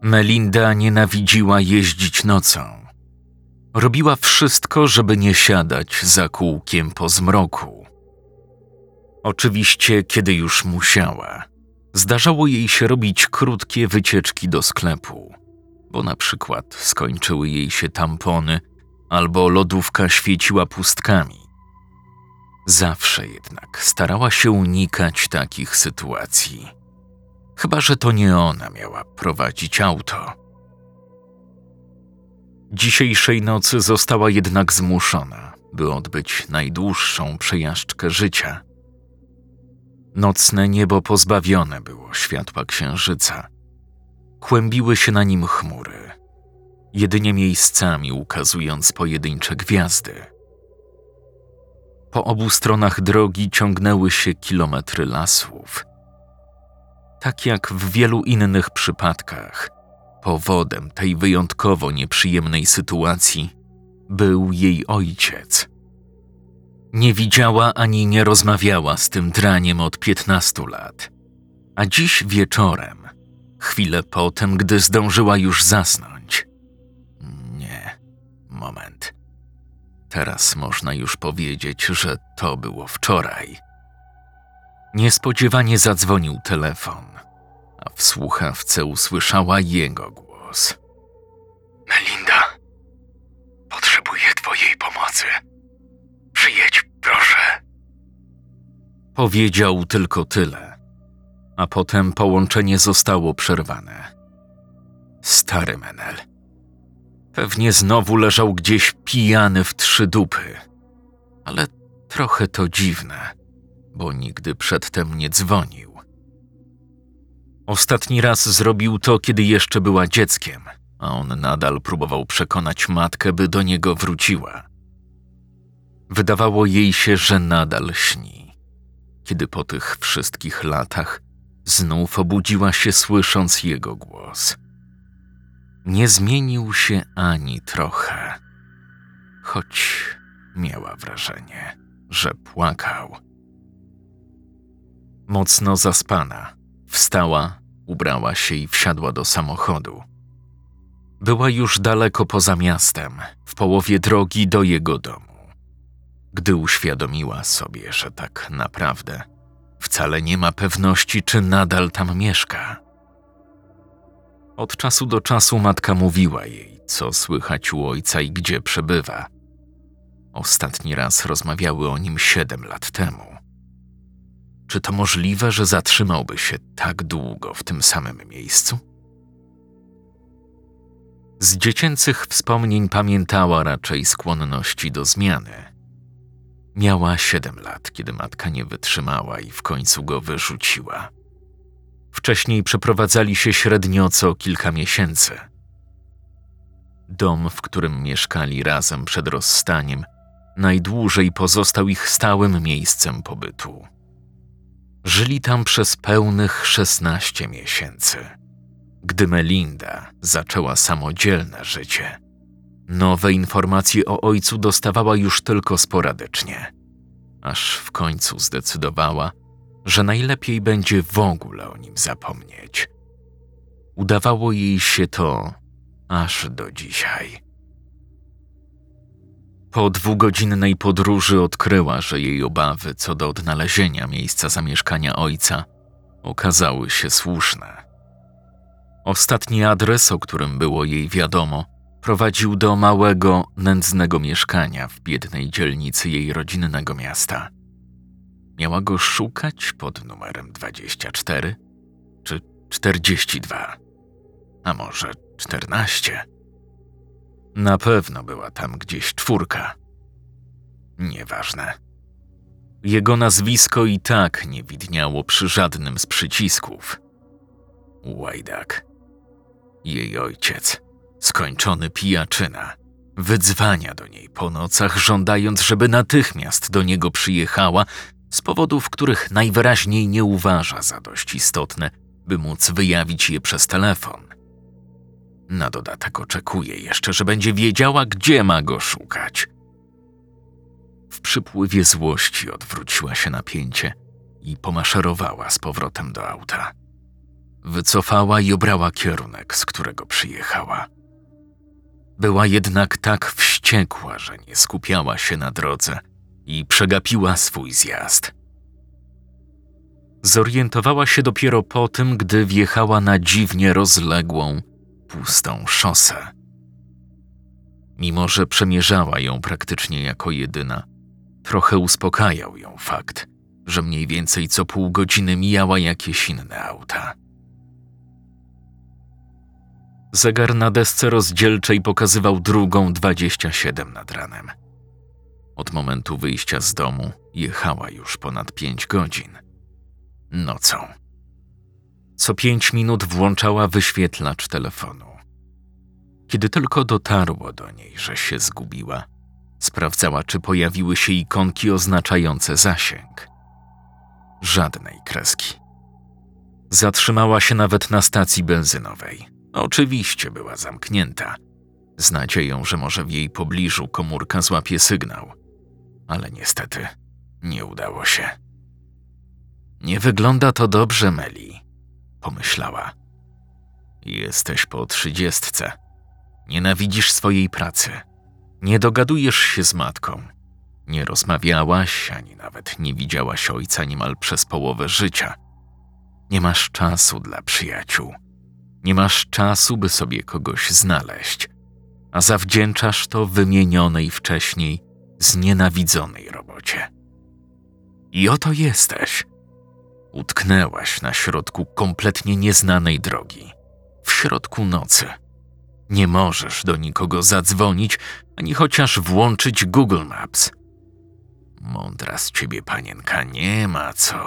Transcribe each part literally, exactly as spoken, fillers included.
Melinda nienawidziła jeździć nocą. Robiła wszystko, żeby nie siadać za kółkiem po zmroku. Oczywiście, kiedy już musiała, zdarzało jej się robić krótkie wycieczki do sklepu, bo na przykład skończyły jej się tampony albo lodówka świeciła pustkami. Zawsze jednak starała się unikać takich sytuacji. Chyba że to nie ona miała prowadzić auto. Dzisiejszej nocy została jednak zmuszona, by odbyć najdłuższą przejażdżkę życia. Nocne niebo pozbawione było światła księżyca. Kłębiły się na nim chmury, jedynie miejscami ukazując pojedyncze gwiazdy. Po obu stronach drogi ciągnęły się kilometry lasów. Tak jak w wielu innych przypadkach, powodem tej wyjątkowo nieprzyjemnej sytuacji był jej ojciec. Nie widziała ani nie rozmawiała z tym draniem od piętnastu lat, a dziś wieczorem, chwilę potem, gdy zdążyła już zasnąć. Nie, moment. Teraz można już powiedzieć, że to było wczoraj. Niespodziewanie zadzwonił telefon, a w słuchawce usłyszała jego głos. Melinda, potrzebuję twojej pomocy. Przyjedź, proszę. Powiedział tylko tyle, a potem połączenie zostało przerwane. Stary menel. Pewnie znowu leżał gdzieś pijany w trzy dupy, ale trochę to dziwne, bo nigdy przedtem nie dzwonił. Ostatni raz zrobił to, kiedy jeszcze była dzieckiem, a on nadal próbował przekonać matkę, by do niego wróciła. Wydawało jej się, że nadal śni, kiedy po tych wszystkich latach znów obudziła się, słysząc jego głos. Nie zmienił się ani trochę, choć miała wrażenie, że płakał. Mocno zaspana, wstała, ubrała się i wsiadła do samochodu. Była już daleko poza miastem, w połowie drogi do jego domu, gdy uświadomiła sobie, że tak naprawdę wcale nie ma pewności, czy nadal tam mieszka. Od czasu do czasu matka mówiła jej, co słychać u ojca i gdzie przebywa. Ostatni raz rozmawiały o nim siedem lat temu. Czy to możliwe, że zatrzymałby się tak długo w tym samym miejscu? Z dziecięcych wspomnień pamiętała raczej skłonności do zmiany. Miała siedem lat, kiedy matka nie wytrzymała i w końcu go wyrzuciła. Wcześniej przeprowadzali się średnio co kilka miesięcy. Dom, w którym mieszkali razem przed rozstaniem, najdłużej pozostał ich stałym miejscem pobytu. Żyli tam przez pełnych szesnaście miesięcy. Gdy Melinda zaczęła samodzielne życie, nowe informacje o ojcu dostawała już tylko sporadycznie, aż w końcu zdecydowała, że najlepiej będzie w ogóle o nim zapomnieć. Udawało jej się to aż do dzisiaj. Po dwugodzinnej podróży odkryła, że jej obawy co do odnalezienia miejsca zamieszkania ojca okazały się słuszne. Ostatni adres, o którym było jej wiadomo, prowadził do małego, nędznego mieszkania w biednej dzielnicy jej rodzinnego miasta. Miała go szukać pod numerem dwadzieścia cztery czy czterdzieści dwa, a może czternaście. Na pewno była tam gdzieś czwórka. Nieważne. Jego nazwisko i tak nie widniało przy żadnym z przycisków. Łajdak. Jej ojciec, skończony pijaczyna, wydzwania do niej po nocach, żądając, żeby natychmiast do niego przyjechała, z powodów, których najwyraźniej nie uważa za dość istotne, by móc wyjawić je przez telefon. Na dodatek oczekuje jeszcze, że będzie wiedziała, gdzie ma go szukać. W przypływie złości odwróciła się na pięcie i pomaszerowała z powrotem do auta. Wycofała i obrała kierunek, z którego przyjechała. Była jednak tak wściekła, że nie skupiała się na drodze i przegapiła swój zjazd. Zorientowała się dopiero po tym, gdy wjechała na dziwnie rozległą, pustą szosę. Mimo że przemierzała ją praktycznie jako jedyna, trochę uspokajał ją fakt, że mniej więcej co pół godziny mijała jakieś inne auta. Zegar na desce rozdzielczej pokazywał drugą dwadzieścia siedem nad ranem. Od momentu wyjścia z domu jechała już ponad pięć godzin. Nocą. Co pięć minut włączała wyświetlacz telefonu. Kiedy tylko dotarło do niej, że się zgubiła, sprawdzała, czy pojawiły się ikonki oznaczające zasięg. Żadnej kreski. Zatrzymała się nawet na stacji benzynowej. Oczywiście była zamknięta, z nadzieją, że może w jej pobliżu komórka złapie sygnał. Ale niestety nie udało się. Nie wygląda to dobrze, Meli, pomyślała. Jesteś po trzydziestce. Nienawidzisz swojej pracy. Nie dogadujesz się z matką. Nie rozmawiałaś, ani nawet nie widziałaś ojca niemal przez połowę życia. Nie masz czasu dla przyjaciół. Nie masz czasu, by sobie kogoś znaleźć, a zawdzięczasz to wymienionej wcześniej znienawidzonej robocie. I oto jesteś. Utknęłaś na środku kompletnie nieznanej drogi, w środku nocy. Nie możesz do nikogo zadzwonić, ani chociaż włączyć Google Maps. Mądra z ciebie panienka, nie ma co.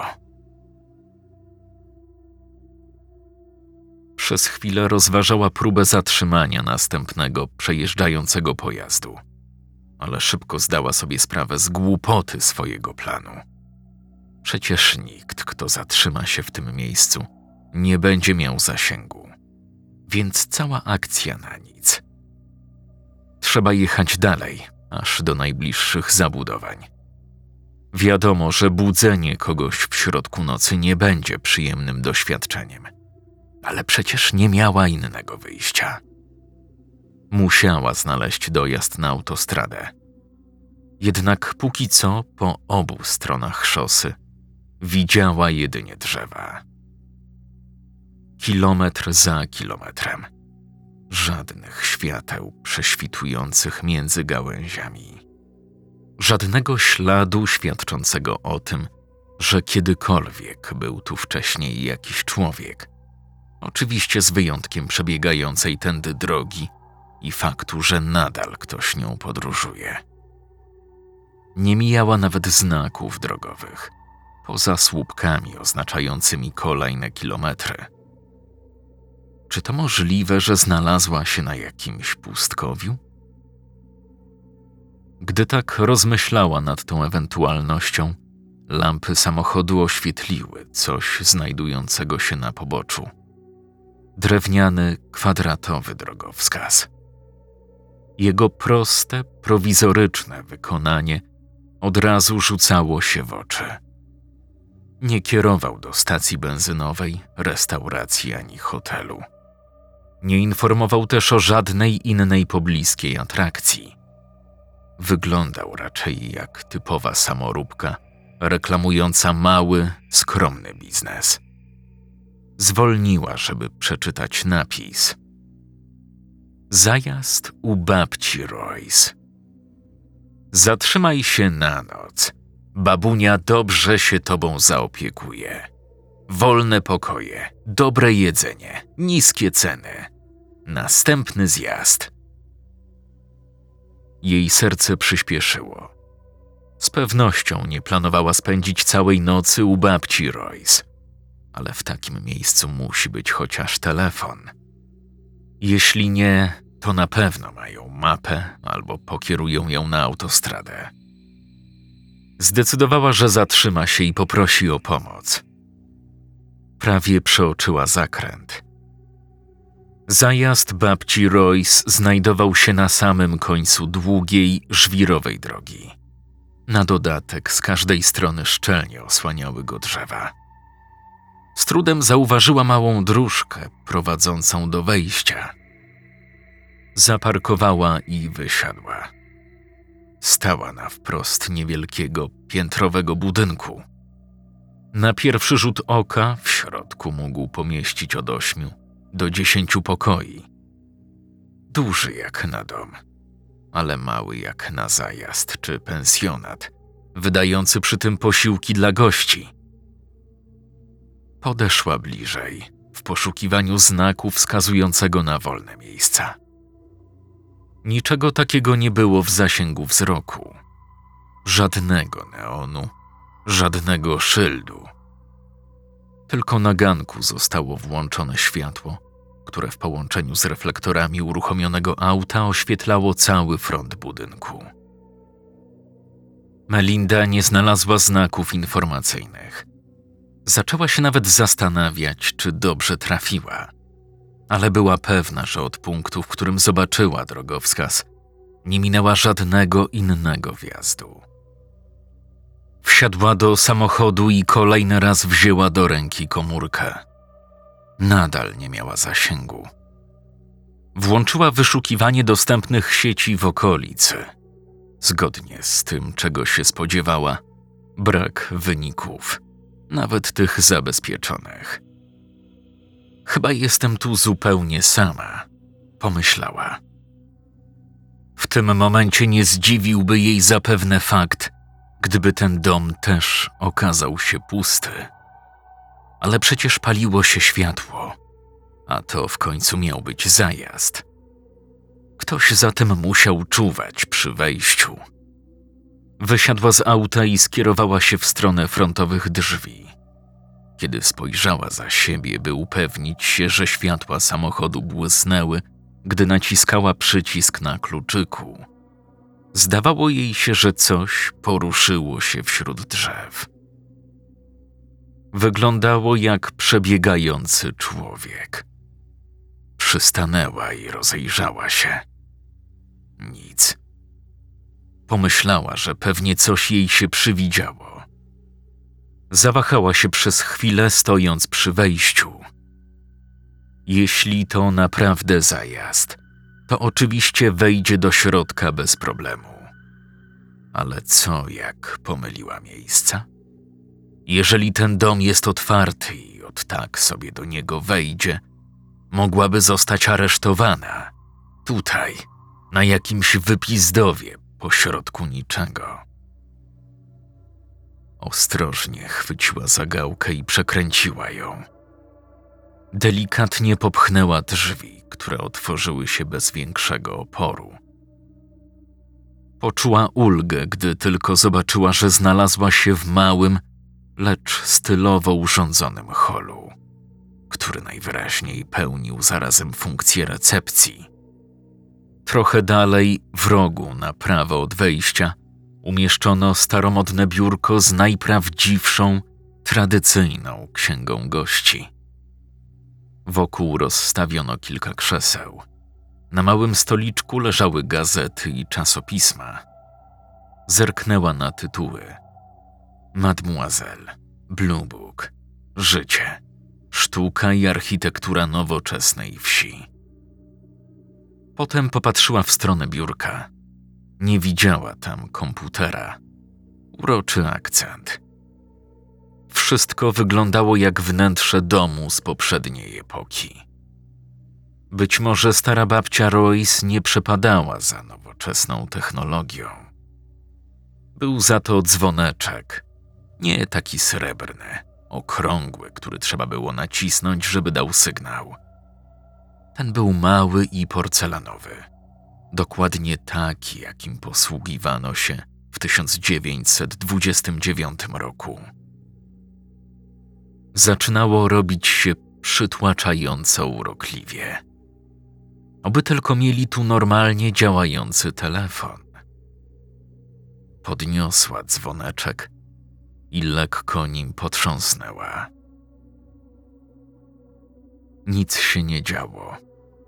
Przez chwilę rozważała próbę zatrzymania następnego przejeżdżającego pojazdu, ale szybko zdała sobie sprawę z głupoty swojego planu. Przecież nikt, kto zatrzyma się w tym miejscu, nie będzie miał zasięgu, więc cała akcja na nic. Trzeba jechać dalej, aż do najbliższych zabudowań. Wiadomo, że budzenie kogoś w środku nocy nie będzie przyjemnym doświadczeniem, ale przecież nie miała innego wyjścia. Musiała znaleźć dojazd na autostradę. Jednak póki co po obu stronach szosy widziała jedynie drzewa. Kilometr za kilometrem. Żadnych świateł prześwitujących między gałęziami. Żadnego śladu świadczącego o tym, że kiedykolwiek był tu wcześniej jakiś człowiek. Oczywiście z wyjątkiem przebiegającej tędy drogi i faktu, że nadal ktoś nią podróżuje. Nie mijała nawet znaków drogowych, poza słupkami oznaczającymi kolejne kilometry. Czy to możliwe, że znalazła się na jakimś pustkowiu? Gdy tak rozmyślała nad tą ewentualnością, lampy samochodu oświetliły coś znajdującego się na poboczu. Drewniany, kwadratowy drogowskaz. Jego proste, prowizoryczne wykonanie od razu rzucało się w oczy. Nie kierował do stacji benzynowej, restauracji ani hotelu. Nie informował też o żadnej innej pobliskiej atrakcji. Wyglądał raczej jak typowa samoróbka, reklamująca mały, skromny biznes. Zwolniła, żeby przeczytać napis. Zajazd u babci Royce. Zatrzymaj się na noc. Babunia dobrze się tobą zaopiekuje. Wolne pokoje, dobre jedzenie, niskie ceny. Następny zjazd. Jej serce przyspieszyło. Z pewnością nie planowała spędzić całej nocy u babci Royce, ale w takim miejscu musi być chociaż telefon. Jeśli nie, to na pewno mają mapę albo pokierują ją na autostradę. Zdecydowała, że zatrzyma się i poprosi o pomoc. Prawie przeoczyła zakręt. Zajazd babci Royce znajdował się na samym końcu długiej, żwirowej drogi. Na dodatek z każdej strony szczelnie osłaniały go drzewa. Z trudem zauważyła małą dróżkę prowadzącą do wejścia. Zaparkowała i wysiadła. Stała na wprost niewielkiego, piętrowego budynku. Na pierwszy rzut oka w środku mógł pomieścić od ośmiu do dziesięciu pokoi. Duży jak na dom, ale mały jak na zajazd czy pensjonat, wydający przy tym posiłki dla gości. Podeszła bliżej, w poszukiwaniu znaku wskazującego na wolne miejsca. Niczego takiego nie było w zasięgu wzroku. Żadnego neonu, żadnego szyldu. Tylko na ganku zostało włączone światło, które w połączeniu z reflektorami uruchomionego auta oświetlało cały front budynku. Melinda nie znalazła znaków informacyjnych. Zaczęła się nawet zastanawiać, czy dobrze trafiła, ale była pewna, że od punktu, w którym zobaczyła drogowskaz, nie minęła żadnego innego wjazdu. Wsiadła do samochodu i kolejny raz wzięła do ręki komórkę. Nadal nie miała zasięgu. Włączyła wyszukiwanie dostępnych sieci w okolicy. Zgodnie z tym, czego się spodziewała, brak wyników, nawet tych zabezpieczonych. Chyba jestem tu zupełnie sama, pomyślała. W tym momencie nie zdziwiłby jej zapewne fakt, gdyby ten dom też okazał się pusty. Ale przecież paliło się światło, a to w końcu miał być zajazd. Ktoś zatem musiał czuwać przy wejściu. Wysiadła z auta i skierowała się w stronę frontowych drzwi. Kiedy spojrzała za siebie, by upewnić się, że światła samochodu błysnęły, gdy naciskała przycisk na kluczyku, zdawało jej się, że coś poruszyło się wśród drzew. Wyglądało jak przebiegający człowiek. Przystanęła i rozejrzała się. Nic. Pomyślała, że pewnie coś jej się przywidziało. Zawahała się przez chwilę, stojąc przy wejściu. Jeśli to naprawdę zajazd, to oczywiście wejdzie do środka bez problemu. Ale co, jak pomyliła miejsca? Jeżeli ten dom jest otwarty i od tak sobie do niego wejdzie, mogłaby zostać aresztowana. Tutaj, na jakimś wypizdowie, pośrodku niczego. Ostrożnie chwyciła za gałkę i przekręciła ją. Delikatnie popchnęła drzwi, które otworzyły się bez większego oporu. Poczuła ulgę, gdy tylko zobaczyła, że znalazła się w małym, lecz stylowo urządzonym holu, który najwyraźniej pełnił zarazem funkcję recepcji. Trochę dalej, w rogu na prawo od wejścia, umieszczono staromodne biurko z najprawdziwszą, tradycyjną księgą gości. Wokół rozstawiono kilka krzeseł. Na małym stoliczku leżały gazety i czasopisma. Zerknęła na tytuły. Mademoiselle, Blue Book, Życie, Sztuka i architektura nowoczesnej wsi. Potem popatrzyła w stronę biurka. Nie widziała tam komputera. Uroczy akcent. Wszystko wyglądało jak wnętrze domu z poprzedniej epoki. Być może stara babcia Royce nie przepadała za nowoczesną technologią. Był za to dzwoneczek, nie taki srebrny, okrągły, który trzeba było nacisnąć, żeby dał sygnał. Ten był mały i porcelanowy, dokładnie taki, jakim posługiwano się w tysiąc dziewięćset dwudziestym dziewiątym roku. Zaczynało robić się przytłaczająco urokliwie. Oby tylko mieli tu normalnie działający telefon. Podniosła dzwoneczek i lekko nim potrząsnęła. Nic się nie działo.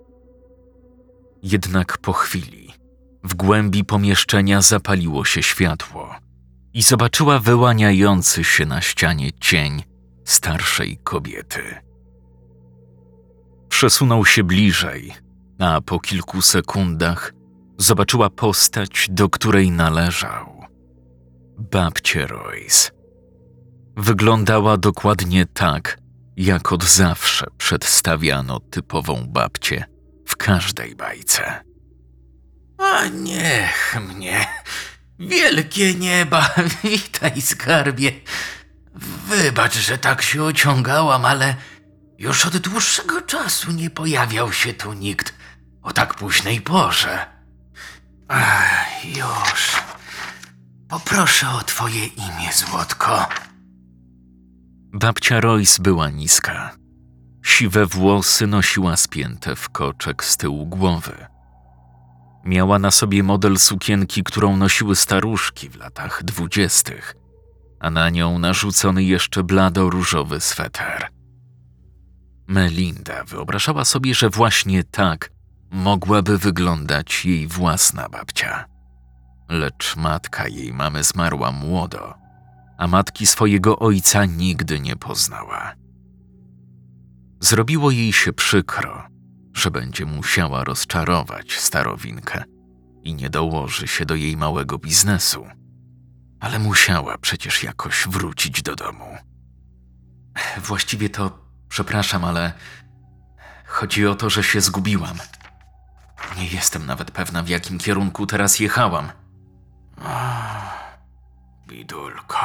Jednak po chwili w głębi pomieszczenia zapaliło się światło i zobaczyła wyłaniający się na ścianie cień starszej kobiety. Przesunął się bliżej, a po kilku sekundach zobaczyła postać, do której należał. Babcię Royce. Wyglądała dokładnie tak, jak od zawsze przedstawiano typową babcię w każdej bajce. A niech mnie, wielkie nieba, witaj skarbie. Wybacz, że tak się ociągałam, ale już od dłuższego czasu nie pojawiał się tu nikt o tak późnej porze. Ach, już. Poproszę o twoje imię, złotko. Babcia Royce była niska. Siwe włosy nosiła spięte w koczek z tyłu głowy. Miała na sobie model sukienki, którą nosiły staruszki w latach dwudziestych, a na nią narzucony jeszcze blado-różowy sweter. Melinda wyobrażała sobie, że właśnie tak mogłaby wyglądać jej własna babcia. Lecz matka jej mamy zmarła młodo, a matki swojego ojca nigdy nie poznała. Zrobiło jej się przykro, że będzie musiała rozczarować starowinkę i nie dołoży się do jej małego biznesu, ale musiała przecież jakoś wrócić do domu. Właściwie to przepraszam, ale chodzi o to, że się zgubiłam. Nie jestem nawet pewna, w jakim kierunku teraz jechałam. O, bidulko.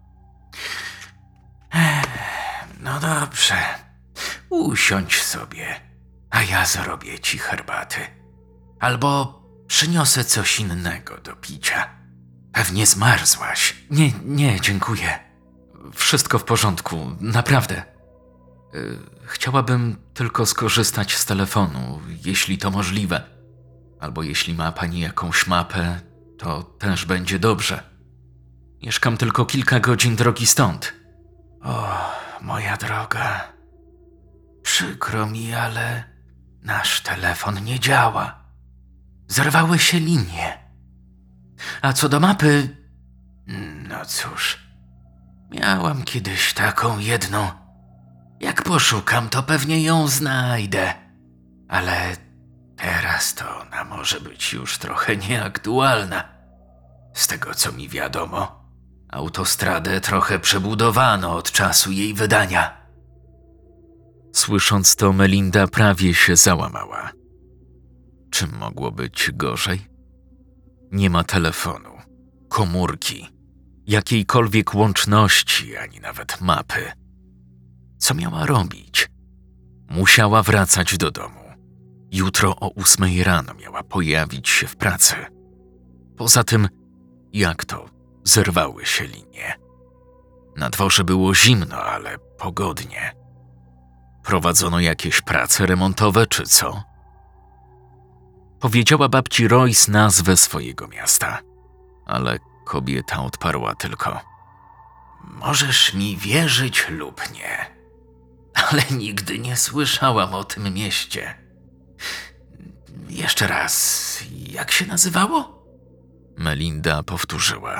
No dobrze, usiądź sobie, a ja zrobię ci herbaty. Albo przyniosę coś innego do picia. Pewnie zmarzłaś. Nie, nie, dziękuję. Wszystko w porządku, naprawdę. Yy, Chciałabym tylko skorzystać z telefonu, jeśli to możliwe. Albo jeśli ma pani jakąś mapę, to też będzie dobrze. Mieszkam tylko kilka godzin drogi stąd. O, moja droga. Przykro mi, ale nasz telefon nie działa. Zerwały się linie. A co do mapy, no cóż, miałam kiedyś taką jedną. Jak poszukam, to pewnie ją znajdę. Ale teraz to ona może być już trochę nieaktualna. Z tego, co mi wiadomo, autostradę trochę przebudowano od czasu jej wydania. Słysząc to, Melinda prawie się załamała. Czym mogło być gorzej? Nie ma telefonu, komórki, jakiejkolwiek łączności, ani nawet mapy. Co miała robić? Musiała wracać do domu. Jutro o ósmej rano miała pojawić się w pracy. Poza tym, jak to, zerwały się linie. Na dworze było zimno, ale pogodnie. Prowadzono jakieś prace remontowe, czy co? Powiedziała babci Royce nazwę swojego miasta, ale kobieta odparła tylko: Możesz mi wierzyć lub nie, ale nigdy nie słyszałam o tym mieście. Jeszcze raz, jak się nazywało? Melinda powtórzyła.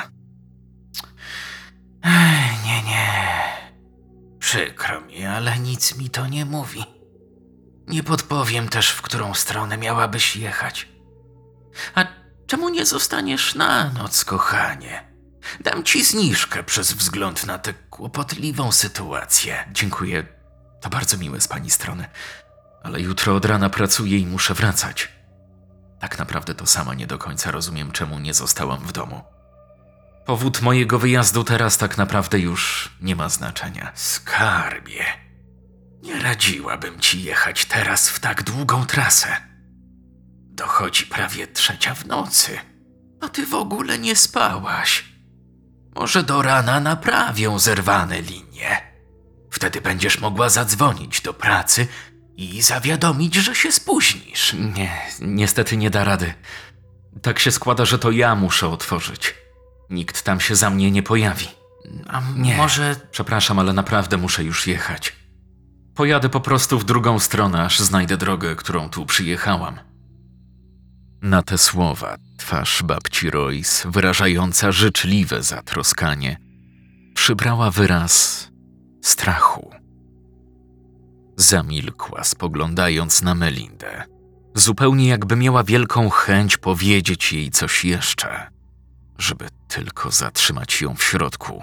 Ech, nie, nie. Przykro mi, ale nic mi to nie mówi. Nie podpowiem też, w którą stronę miałabyś jechać. A czemu nie zostaniesz na noc, kochanie? Dam ci zniżkę przez wzgląd na tę kłopotliwą sytuację. Dziękuję, to bardzo miłe z pani strony, ale jutro od rana pracuję i muszę wracać. Tak naprawdę to sama nie do końca rozumiem, czemu nie zostałam w domu. Powód mojego wyjazdu teraz tak naprawdę już nie ma znaczenia. Skarbie, nie radziłabym ci jechać teraz w tak długą trasę. Dochodzi prawie trzecia w nocy, a ty w ogóle nie spałaś. Może do rana naprawią zerwane linie. Wtedy będziesz mogła zadzwonić do pracy i zawiadomić, że się spóźnisz. Nie, niestety nie da rady. Tak się składa, że to ja muszę otworzyć. Nikt tam się za mnie nie pojawi. A Nie, może... przepraszam, ale naprawdę muszę już jechać. Pojadę po prostu w drugą stronę, aż znajdę drogę, którą tu przyjechałam. Na te słowa twarz babci Royce, wyrażająca życzliwe zatroskanie, przybrała wyraz strachu. Zamilkła, spoglądając na Melindę, zupełnie jakby miała wielką chęć powiedzieć jej coś jeszcze, żeby tylko zatrzymać ją w środku.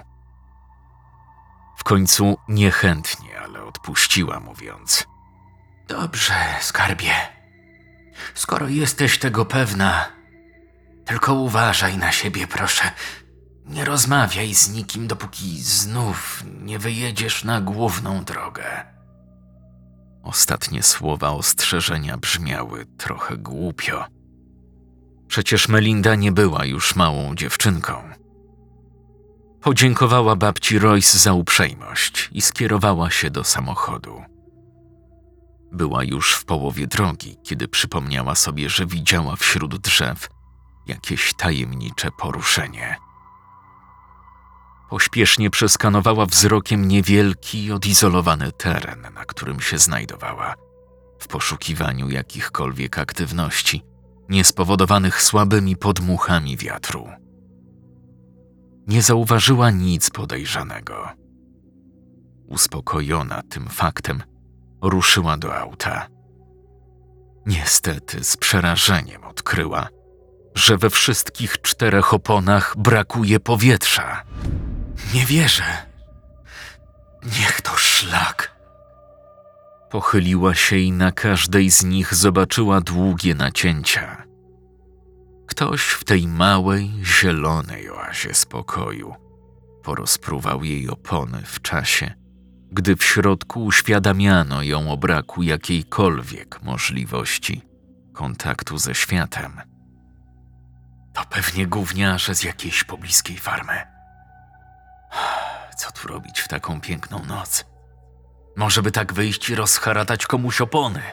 W końcu niechętnie, ale odpuściła, mówiąc: Dobrze, skarbie. Skoro jesteś tego pewna, tylko uważaj na siebie, proszę. Nie rozmawiaj z nikim, dopóki znów nie wyjedziesz na główną drogę. Ostatnie słowa ostrzeżenia brzmiały trochę głupio. Przecież Melinda nie była już małą dziewczynką. Podziękowała babci Royce za uprzejmość i skierowała się do samochodu. Była już w połowie drogi, kiedy przypomniała sobie, że widziała wśród drzew jakieś tajemnicze poruszenie. Pośpiesznie przeskanowała wzrokiem niewielki, odizolowany teren, na którym się znajdowała, w poszukiwaniu jakichkolwiek aktywności, niespowodowanych słabymi podmuchami wiatru. Nie zauważyła nic podejrzanego. Uspokojona tym faktem, ruszyła do auta. Niestety z przerażeniem odkryła, że we wszystkich czterech oponach brakuje powietrza. Nie wierzę. Niech to szlak. Pochyliła się i na każdej z nich zobaczyła długie nacięcia. Ktoś w tej małej, zielonej oazie spokoju porozpruwał jej opony w czasie, gdy w środku uświadamiano ją o braku jakiejkolwiek możliwości kontaktu ze światem. To pewnie gówniarze z jakiejś pobliskiej farmy. Co tu robić w taką piękną noc? Może by tak wyjść i rozharatać komuś opony?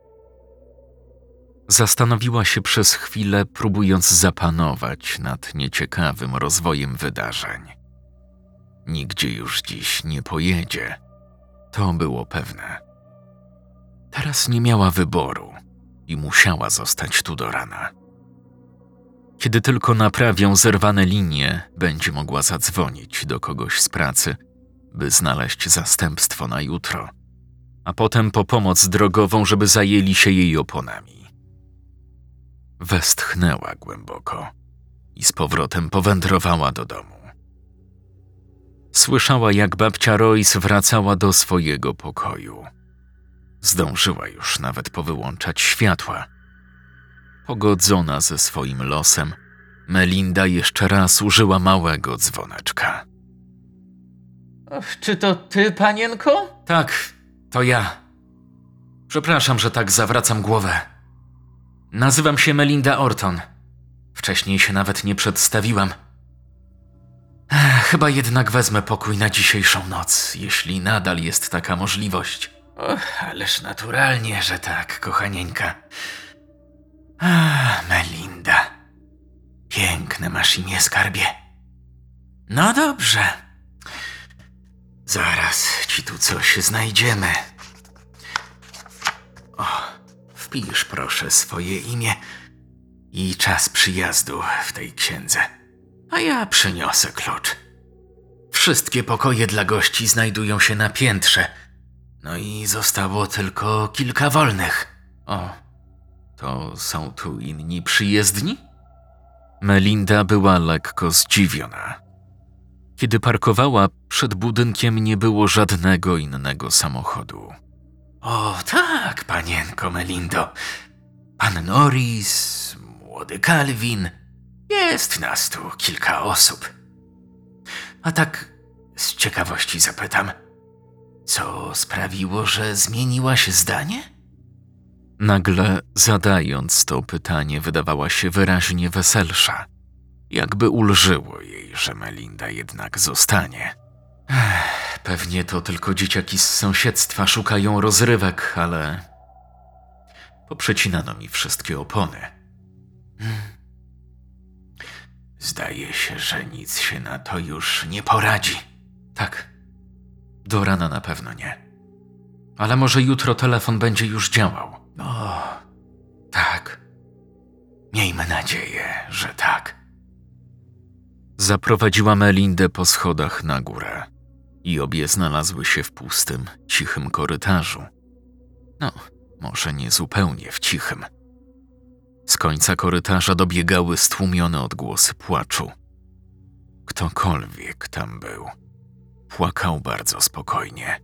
Zastanowiła się przez chwilę, próbując zapanować nad nieciekawym rozwojem wydarzeń. Nigdzie już dziś nie pojedzie. To było pewne. Teraz nie miała wyboru i musiała zostać tu do rana. Kiedy tylko naprawią zerwane linie, będzie mogła zadzwonić do kogoś z pracy, by znaleźć zastępstwo na jutro, a potem po pomoc drogową, żeby zajęli się jej oponami. Westchnęła głęboko i z powrotem powędrowała do domu. Słyszała, jak babcia Royce wracała do swojego pokoju. Zdążyła już nawet powyłączać światła. Pogodzona ze swoim losem, Melinda jeszcze raz użyła małego dzwoneczka. Czy to ty, panienko? Tak, to ja. Przepraszam, że tak zawracam głowę. Nazywam się Melinda Orton. Wcześniej się nawet nie przedstawiłam. Ech, chyba jednak wezmę pokój na dzisiejszą noc, jeśli nadal jest taka możliwość. Och, ależ naturalnie, że tak, kochanieńka. Ah, Melinda. Piękne masz imię, skarbie. No dobrze. Zaraz ci tu coś znajdziemy. O, wpisz proszę swoje imię i czas przyjazdu w tej księdze. A ja przyniosę klucz. Wszystkie pokoje dla gości znajdują się na piętrze. No i zostało tylko kilka wolnych. O, to są tu inni przyjezdni? Melinda była lekko zdziwiona. Kiedy parkowała, przed budynkiem nie było żadnego innego samochodu. O tak, panienko Melindo. Pan Norris, młody Calvin. Jest nas tu kilka osób. A tak z ciekawości zapytam, co sprawiło, że zmieniłaś zdanie? Nagle, zadając to pytanie, wydawała się wyraźnie weselsza. Jakby ulżyło jej, że Melinda jednak zostanie. Ech, pewnie to tylko dzieciaki z sąsiedztwa szukają rozrywek, ale poprzecinano mi wszystkie opony. Hmm. Zdaje się, że nic się na to już nie poradzi. Tak, do rana na pewno nie. Ale może jutro telefon będzie już działał. O, tak. Miejmy nadzieję, że tak. Zaprowadziła Melindę po schodach na górę. i obie znalazły się w pustym, cichym korytarzu. No, może nie zupełnie w cichym. Z końca korytarza dobiegały stłumione odgłosy płaczu. Ktokolwiek tam był, płakał bardzo spokojnie.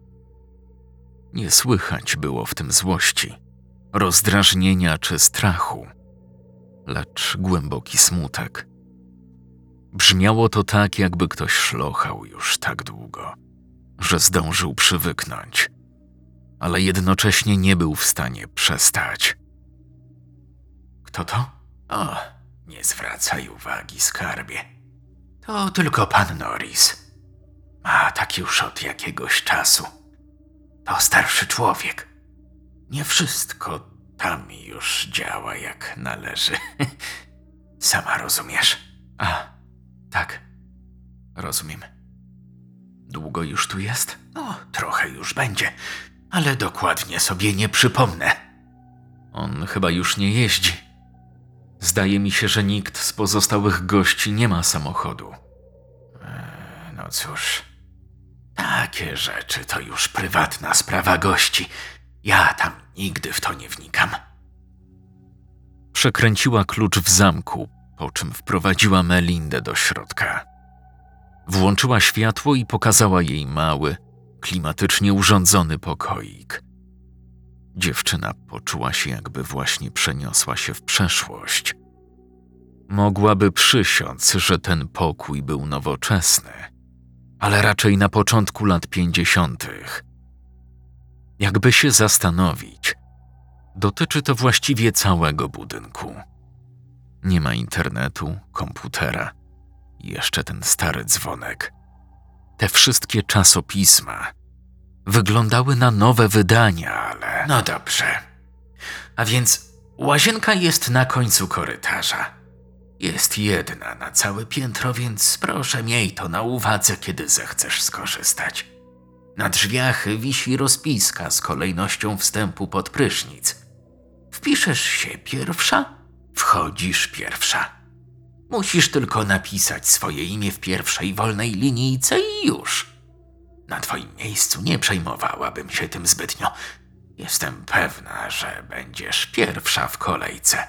Nie słychać było w tym złości, rozdrażnienia czy strachu, lecz głęboki smutek. Brzmiało to tak, jakby ktoś szlochał już tak długo, że zdążył przywyknąć, ale jednocześnie nie był w stanie przestać. Kto to? O, nie zwracaj uwagi, skarbie. To tylko pan Norris. Ma tak już od jakiegoś czasu. To starszy człowiek. Nie wszystko tam już działa jak należy. Sama rozumiesz? A, tak. Rozumiem. Długo już tu jest? No, trochę już będzie, ale dokładnie sobie nie przypomnę. On chyba już nie jeździ. Zdaje mi się, że nikt z pozostałych gości nie ma samochodu. Eee, no cóż, takie rzeczy to już prywatna sprawa gości. Ja tam nigdy w to nie wnikam. Przekręciła klucz w zamku, po czym wprowadziła Melindę do środka. Włączyła światło i pokazała jej mały, klimatycznie urządzony pokoik. Dziewczyna poczuła się, jakby właśnie przeniosła się w przeszłość. Mogłaby przysiąc, że ten pokój był nowoczesny, ale raczej na początku lat pięćdziesiątych. Jakby się zastanowić, dotyczy to właściwie całego budynku. Nie ma internetu, komputera, i jeszcze ten stary dzwonek. Te wszystkie czasopisma wyglądały na nowe wydania, ale... No dobrze. A więc łazienka jest na końcu korytarza. Jest jedna na całe piętro, więc proszę miej to na uwadze, kiedy zechcesz skorzystać. Na drzwiach wisi rozpiska z kolejnością wstępu pod prysznic. Wpiszesz się pierwsza, wchodzisz pierwsza. Musisz tylko napisać swoje imię w pierwszej wolnej linijce i już. Na twoim miejscu nie przejmowałabym się tym zbytnio. Jestem pewna, że będziesz pierwsza w kolejce.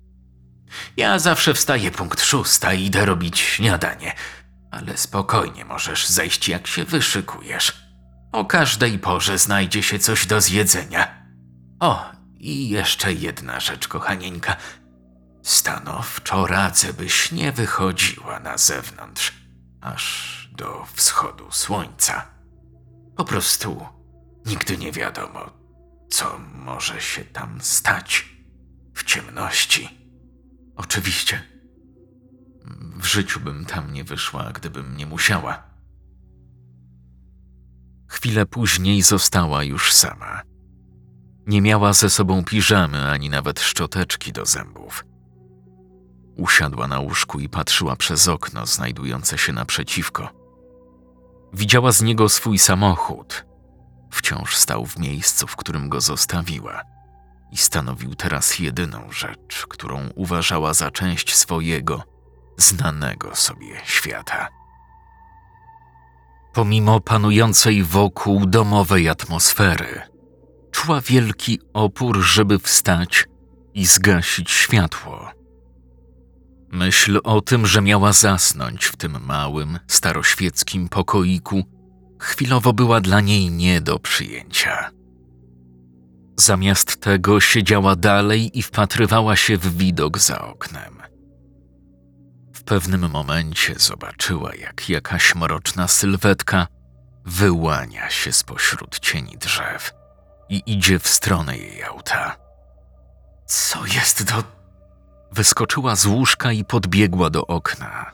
Ja zawsze wstaję punkt szósta i idę robić śniadanie, ale spokojnie możesz zejść, jak się wyszykujesz. O każdej porze znajdzie się coś do zjedzenia. O, i jeszcze jedna rzecz, kochanieńka. Stanowczo radzę, byś nie wychodziła na zewnątrz, aż do wschodu słońca. Po prostu nigdy nie wiadomo, co może się tam stać w ciemności. Oczywiście. W życiu bym tam nie wyszła, gdybym nie musiała. Chwilę później została już sama. Nie miała ze sobą piżamy ani nawet szczoteczki do zębów. Usiadła na łóżku i patrzyła przez okno znajdujące się naprzeciwko. Widziała z niego swój samochód. Wciąż stał w miejscu, w którym go zostawiła i stanowił teraz jedyną rzecz, którą uważała za część swojego, znanego sobie świata. Pomimo panującej wokół domowej atmosfery, czuła wielki opór, żeby wstać i zgasić światło. Myśl o tym, że miała zasnąć w tym małym, staroświeckim pokoiku, chwilowo była dla niej nie do przyjęcia. Zamiast tego siedziała dalej i wpatrywała się w widok za oknem. W pewnym momencie zobaczyła, jak jakaś mroczna sylwetka wyłania się spośród cieni drzew i idzie w stronę jej auta. Co jest do... Wyskoczyła z łóżka i podbiegła do okna.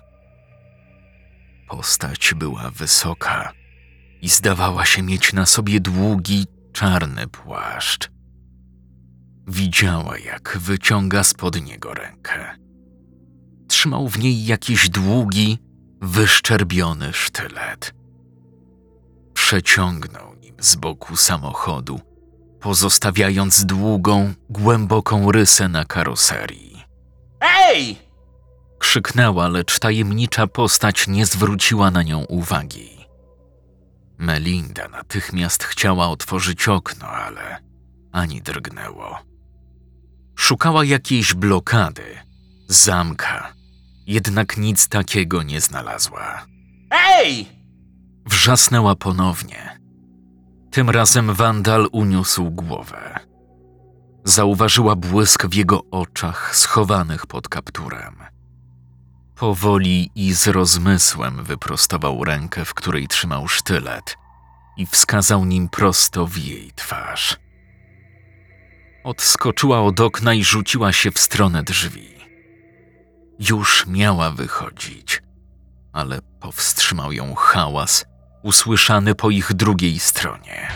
Postać była wysoka i zdawała się mieć na sobie długi, czarny płaszcz. Widziała, jak wyciąga spod niego rękę. Trzymał w niej jakiś długi, wyszczerbiony sztylet. Przeciągnął nim z boku samochodu, pozostawiając długą, głęboką rysę na karoserii. Ej! Krzyknęła, lecz tajemnicza postać nie zwróciła na nią uwagi. Melinda natychmiast chciała otworzyć okno, ale ani drgnęło. Szukała jakiejś blokady, zamka, jednak nic takiego nie znalazła. Ej! Wrzasnęła ponownie. Tym razem wandal uniósł głowę. Zauważyła błysk w jego oczach schowanych pod kapturem. Powoli i z rozmysłem wyprostował rękę, w której trzymał sztylet i wskazał nim prosto w jej twarz. Odskoczyła od okna i rzuciła się w stronę drzwi. Już miała wychodzić, ale powstrzymał ją hałas usłyszany po ich drugiej stronie.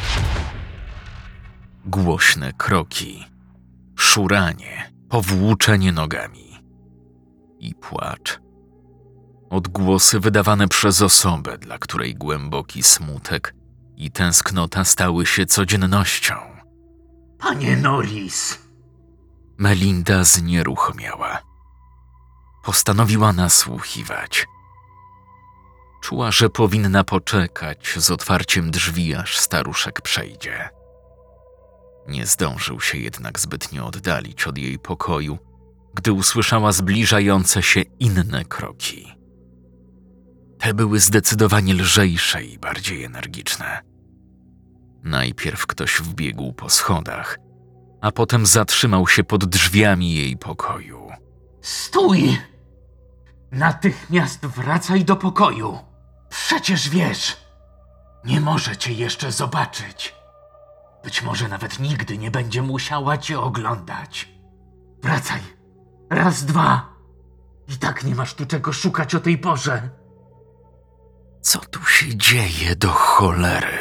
Głośne kroki, szuranie, powłóczenie nogami i płacz. Odgłosy wydawane przez osobę, dla której głęboki smutek i tęsknota stały się codziennością. Panie Norris! Melinda znieruchomiała. Postanowiła nasłuchiwać. Czuła, że powinna poczekać z otwarciem drzwi, aż staruszek przejdzie. Nie zdążył się jednak zbytnio oddalić od jej pokoju, gdy usłyszała zbliżające się inne kroki. Te były zdecydowanie lżejsze i bardziej energiczne. Najpierw ktoś wbiegł po schodach, a potem zatrzymał się pod drzwiami jej pokoju. Stój! Natychmiast wracaj do pokoju. Przecież wiesz, nie może cię jeszcze zobaczyć. Być może nawet nigdy nie będzie musiała cię oglądać. Wracaj. Raz, dwa. I tak nie masz tu czego szukać o tej porze. Co tu się dzieje do cholery?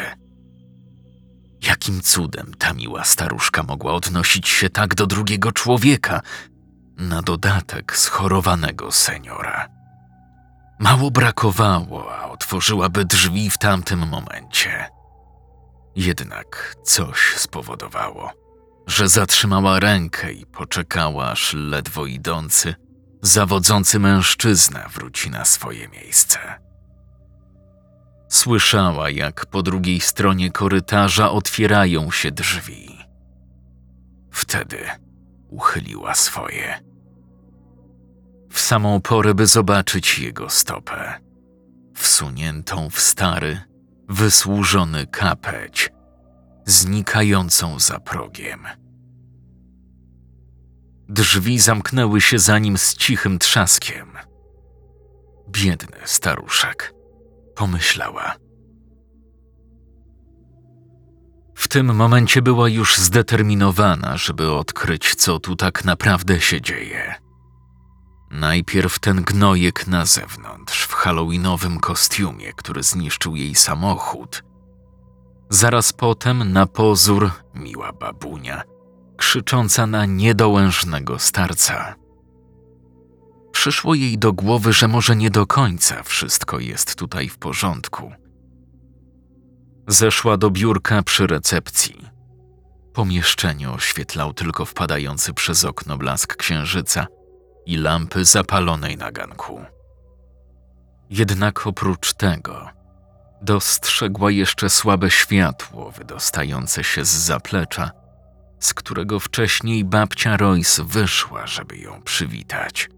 Jakim cudem ta miła staruszka mogła odnosić się tak do drugiego człowieka, na dodatek schorowanego seniora? Mało brakowało, a otworzyłaby drzwi w tamtym momencie. Jednak coś spowodowało, że zatrzymała rękę i poczekała, aż ledwo idący, zawodzący mężczyzna wróci na swoje miejsce. Słyszała, jak po drugiej stronie korytarza otwierają się drzwi. Wtedy uchyliła swoje. W samą porę, by zobaczyć jego stopę, wsuniętą w stary, wysłużony kapeć, znikającą za progiem. Drzwi zamknęły się za nim z cichym trzaskiem. Biedny staruszek, pomyślała. W tym momencie była już zdeterminowana, żeby odkryć, co tu tak naprawdę się dzieje. Najpierw ten gnojek na zewnątrz, w halloweenowym kostiumie, który zniszczył jej samochód. Zaraz potem na pozór miła babunia, krzycząca na niedołężnego starca. Przyszło jej do głowy, że może nie do końca wszystko jest tutaj w porządku. Zeszła do biurka przy recepcji. Pomieszczenie oświetlał tylko wpadający przez okno blask księżyca i lampy zapalonej na ganku. Jednak oprócz tego dostrzegła jeszcze słabe światło wydostające się z zaplecza, z którego wcześniej babcia Royce wyszła, żeby ją przywitać.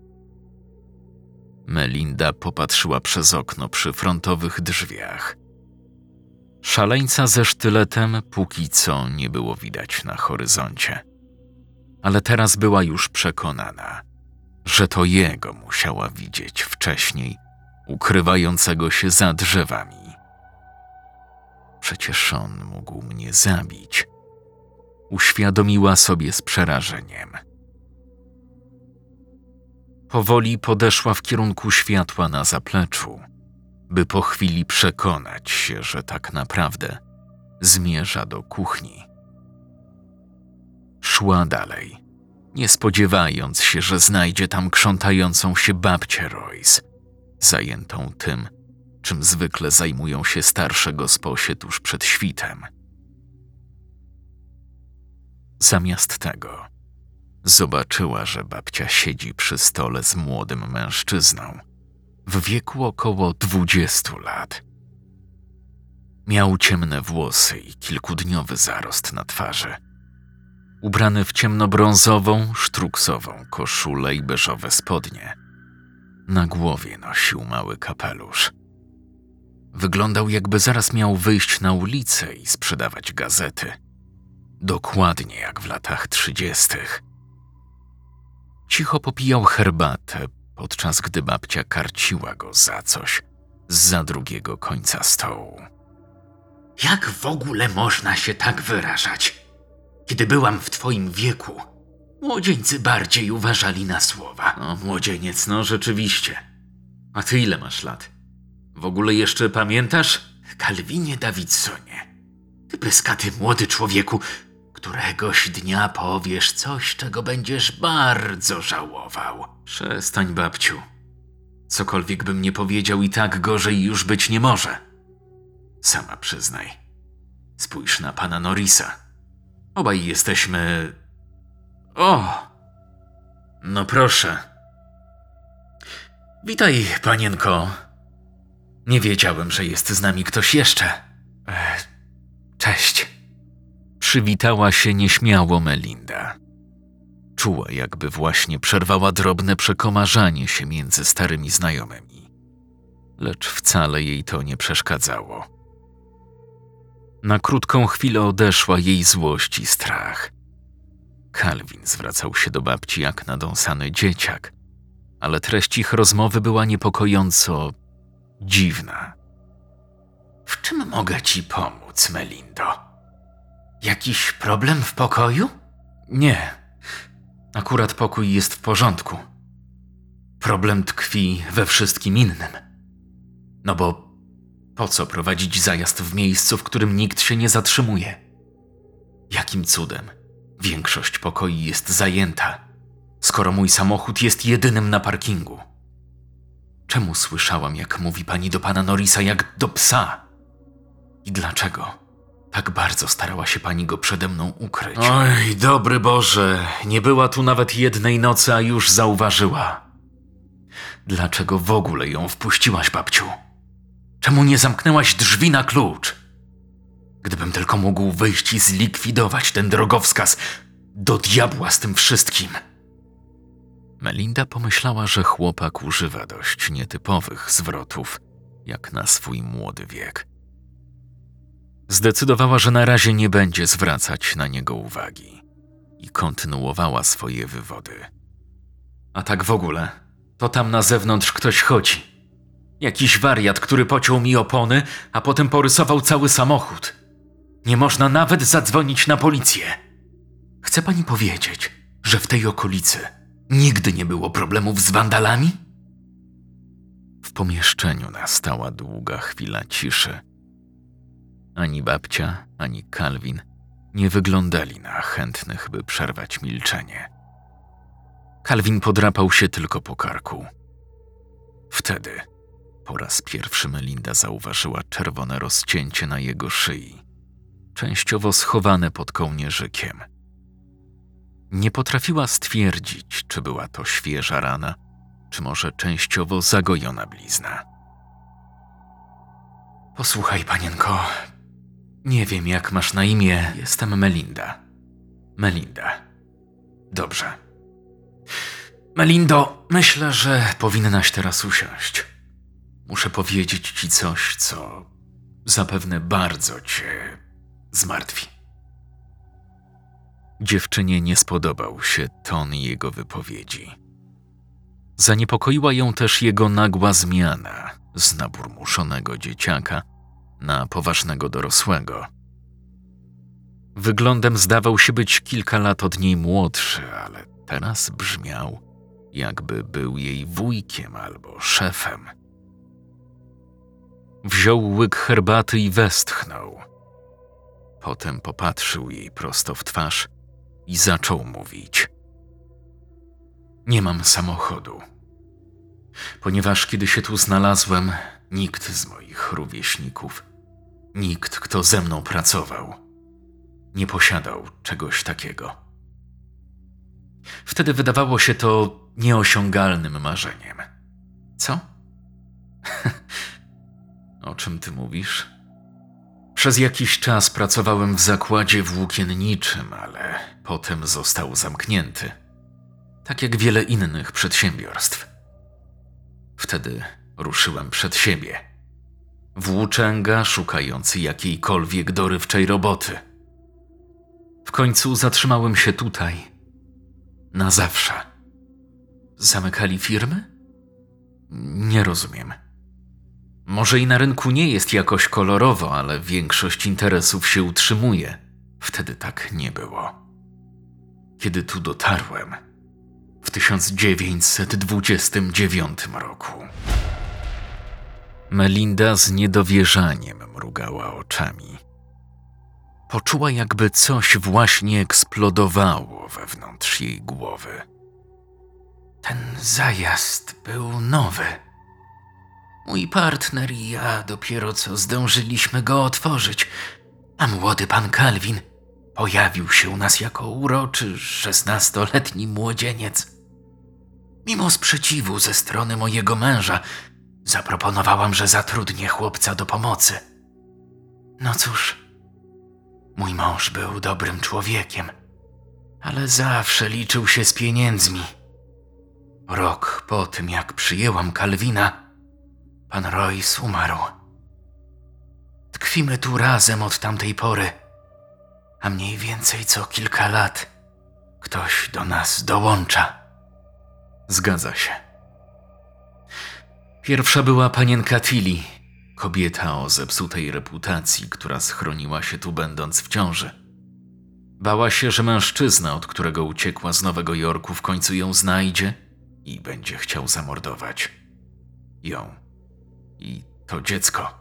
Melinda popatrzyła przez okno przy frontowych drzwiach. Szaleńca ze sztyletem póki co nie było widać na horyzoncie, ale teraz była już przekonana, że to jego musiała widzieć wcześniej, ukrywającego się za drzewami. Przecież on mógł mnie zabić, uświadomiła sobie z przerażeniem. Powoli podeszła w kierunku światła na zapleczu, by po chwili przekonać się, że tak naprawdę zmierza do kuchni. Szła dalej, nie spodziewając się, że znajdzie tam krzątającą się babcię Royce, zajętą tym, czym zwykle zajmują się starsze gosposie tuż przed świtem. Zamiast tego zobaczyła, że babcia siedzi przy stole z młodym mężczyzną w wieku około dwudziestu lat. Miał ciemne włosy i kilkudniowy zarost na twarzy. Ubrany w ciemnobrązową, sztruksową koszulę i beżowe spodnie. Na głowie nosił mały kapelusz. Wyglądał, jakby zaraz miał wyjść na ulicę i sprzedawać gazety. Dokładnie jak w latach trzydziestych. Cicho popijał herbatę, podczas gdy babcia karciła go za coś zza drugiego końca stołu. Jak w ogóle można się tak wyrażać? Kiedy byłam w twoim wieku, młodzieńcy bardziej uważali na słowa. No, młodzieniec, no rzeczywiście. A ty ile masz lat? W ogóle jeszcze pamiętasz? Kalwinie Davidsonie, ty pyskaty młody człowieku, któregoś dnia powiesz coś, czego będziesz bardzo żałował. Przestań, babciu. Cokolwiek bym nie powiedział, i tak gorzej już być nie może. Sama przyznaj. Spójrz na pana Norrisa. Obaj jesteśmy... O! No proszę. Witaj, panienko. Nie wiedziałem, że jest z nami ktoś jeszcze. Ech, cześć. Przywitała się nieśmiało Melinda. Czuła, jakby właśnie przerwała drobne przekomarzanie się między starymi znajomymi. Lecz wcale jej to nie przeszkadzało. Na krótką chwilę odeszła jej złość i strach. Kalwin zwracał się do babci jak nadąsany dzieciak, ale treść ich rozmowy była niepokojąco dziwna. W czym mogę ci pomóc, Melindo? Jakiś problem w pokoju? Nie. Akurat pokój jest w porządku. Problem tkwi we wszystkim innym. No bo po co prowadzić zajazd w miejscu, w którym nikt się nie zatrzymuje? Jakim cudem większość pokoi jest zajęta, skoro mój samochód jest jedynym na parkingu? Czemu słyszałam, jak mówi pani do pana Norrisa jak do psa? I dlaczego tak bardzo starała się pani go przede mną ukryć? Oj, dobry Boże, nie była tu nawet jednej nocy, a już zauważyła. Dlaczego w ogóle ją wpuściłaś, babciu? Czemu nie zamknęłaś drzwi na klucz? Gdybym tylko mógł wyjść i zlikwidować ten drogowskaz, do diabła z tym wszystkim. Melinda pomyślała, że chłopak używa dość nietypowych zwrotów, jak na swój młody wiek. Zdecydowała, że na razie nie będzie zwracać na niego uwagi i kontynuowała swoje wywody. A tak w ogóle, to tam na zewnątrz ktoś chodzi. Jakiś wariat, który pociął mi opony, a potem porysował cały samochód. Nie można nawet zadzwonić na policję. Chce pani powiedzieć, że w tej okolicy nigdy nie było problemów z wandalami? W pomieszczeniu nastała długa chwila ciszy. Ani babcia, ani Kalwin nie wyglądali na chętnych, by przerwać milczenie. Kalwin podrapał się tylko po karku. Wtedy po raz pierwszy Melinda zauważyła czerwone rozcięcie na jego szyi, częściowo schowane pod kołnierzykiem. Nie potrafiła stwierdzić, czy była to świeża rana, czy może częściowo zagojona blizna. Posłuchaj, panienko, nie wiem, jak masz na imię, jestem Melinda. Melinda. Dobrze. Melindo, myślę, że powinnaś teraz usiąść. Muszę powiedzieć ci coś, co zapewne bardzo cię zmartwi. Dziewczynie nie spodobał się ton jego wypowiedzi. Zaniepokoiła ją też jego nagła zmiana z naburmuszonego dzieciaka na poważnego dorosłego. Wyglądem zdawał się być kilka lat od niej młodszy, ale teraz brzmiał, jakby był jej wujkiem albo szefem. Wziął łyk herbaty i westchnął. Potem popatrzył jej prosto w twarz i zaczął mówić. Nie mam samochodu. Ponieważ kiedy się tu znalazłem, nikt z moich rówieśników, nikt, kto ze mną pracował, nie posiadał czegoś takiego. Wtedy wydawało się to nieosiągalnym marzeniem. Co? O czym ty mówisz? Przez jakiś czas pracowałem w zakładzie włókienniczym, ale potem został zamknięty. Tak jak wiele innych przedsiębiorstw. Wtedy ruszyłem przed siebie. Włóczęga szukający jakiejkolwiek dorywczej roboty. W końcu zatrzymałem się tutaj. Na zawsze. Zamykali firmy? Nie rozumiem. Może i na rynku nie jest jakoś kolorowo, ale większość interesów się utrzymuje. Wtedy tak nie było. Kiedy tu dotarłem, w tysiąc dziewięćset dwudziestym dziewiątym roku. Melinda z niedowierzaniem mrugała oczami. Poczuła, jakby coś właśnie eksplodowało wewnątrz jej głowy. Ten zajazd był nowy. Mój partner i ja dopiero co zdążyliśmy go otworzyć, a młody pan Calvin pojawił się u nas jako uroczy, szesnastoletni młodzieniec. Mimo sprzeciwu ze strony mojego męża, zaproponowałam, że zatrudnię chłopca do pomocy. No cóż, mój mąż był dobrym człowiekiem, ale zawsze liczył się z pieniędzmi. Rok po tym, jak przyjęłam Calvina, pan Royce umarł. Tkwimy tu razem od tamtej pory, a mniej więcej co kilka lat ktoś do nas dołącza. Zgadza się. Pierwsza była panienka Tilly, kobieta o zepsutej reputacji, która schroniła się tu będąc w ciąży. Bała się, że mężczyzna, od którego uciekła z Nowego Jorku, w końcu ją znajdzie i będzie chciał zamordować ją i to dziecko.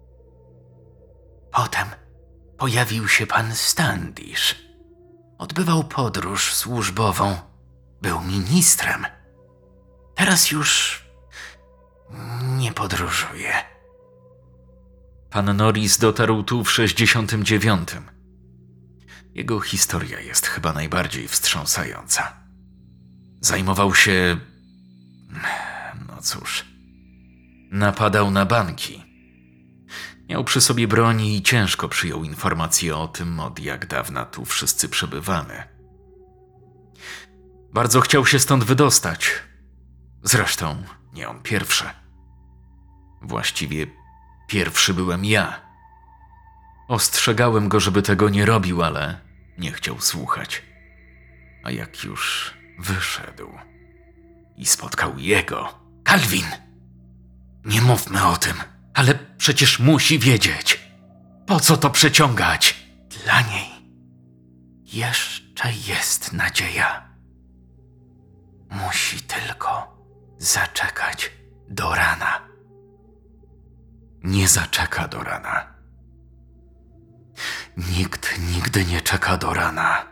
Potem pojawił się pan Standish. Odbywał podróż służbową. Był ministrem. Teraz już nie podróżuje. Pan Norris dotarł tu w sześćdziesiątym dziewiątym. Jego historia jest chyba najbardziej wstrząsająca. Zajmował się... no cóż... Napadał na banki. Miał przy sobie broń i ciężko przyjął informacje o tym, od jak dawna tu wszyscy przebywamy. Bardzo chciał się stąd wydostać. Zresztą nie on pierwszy. Właściwie pierwszy byłem ja. Ostrzegałem go, żeby tego nie robił, ale nie chciał słuchać. A jak już wyszedł i spotkał jego... Calvin! Nie mówmy o tym, ale przecież musi wiedzieć. Po co to przeciągać? Dla niej jeszcze jest nadzieja. Musi tylko zaczekać do rana. Nie zaczeka do rana. Nikt nigdy nie czeka do rana.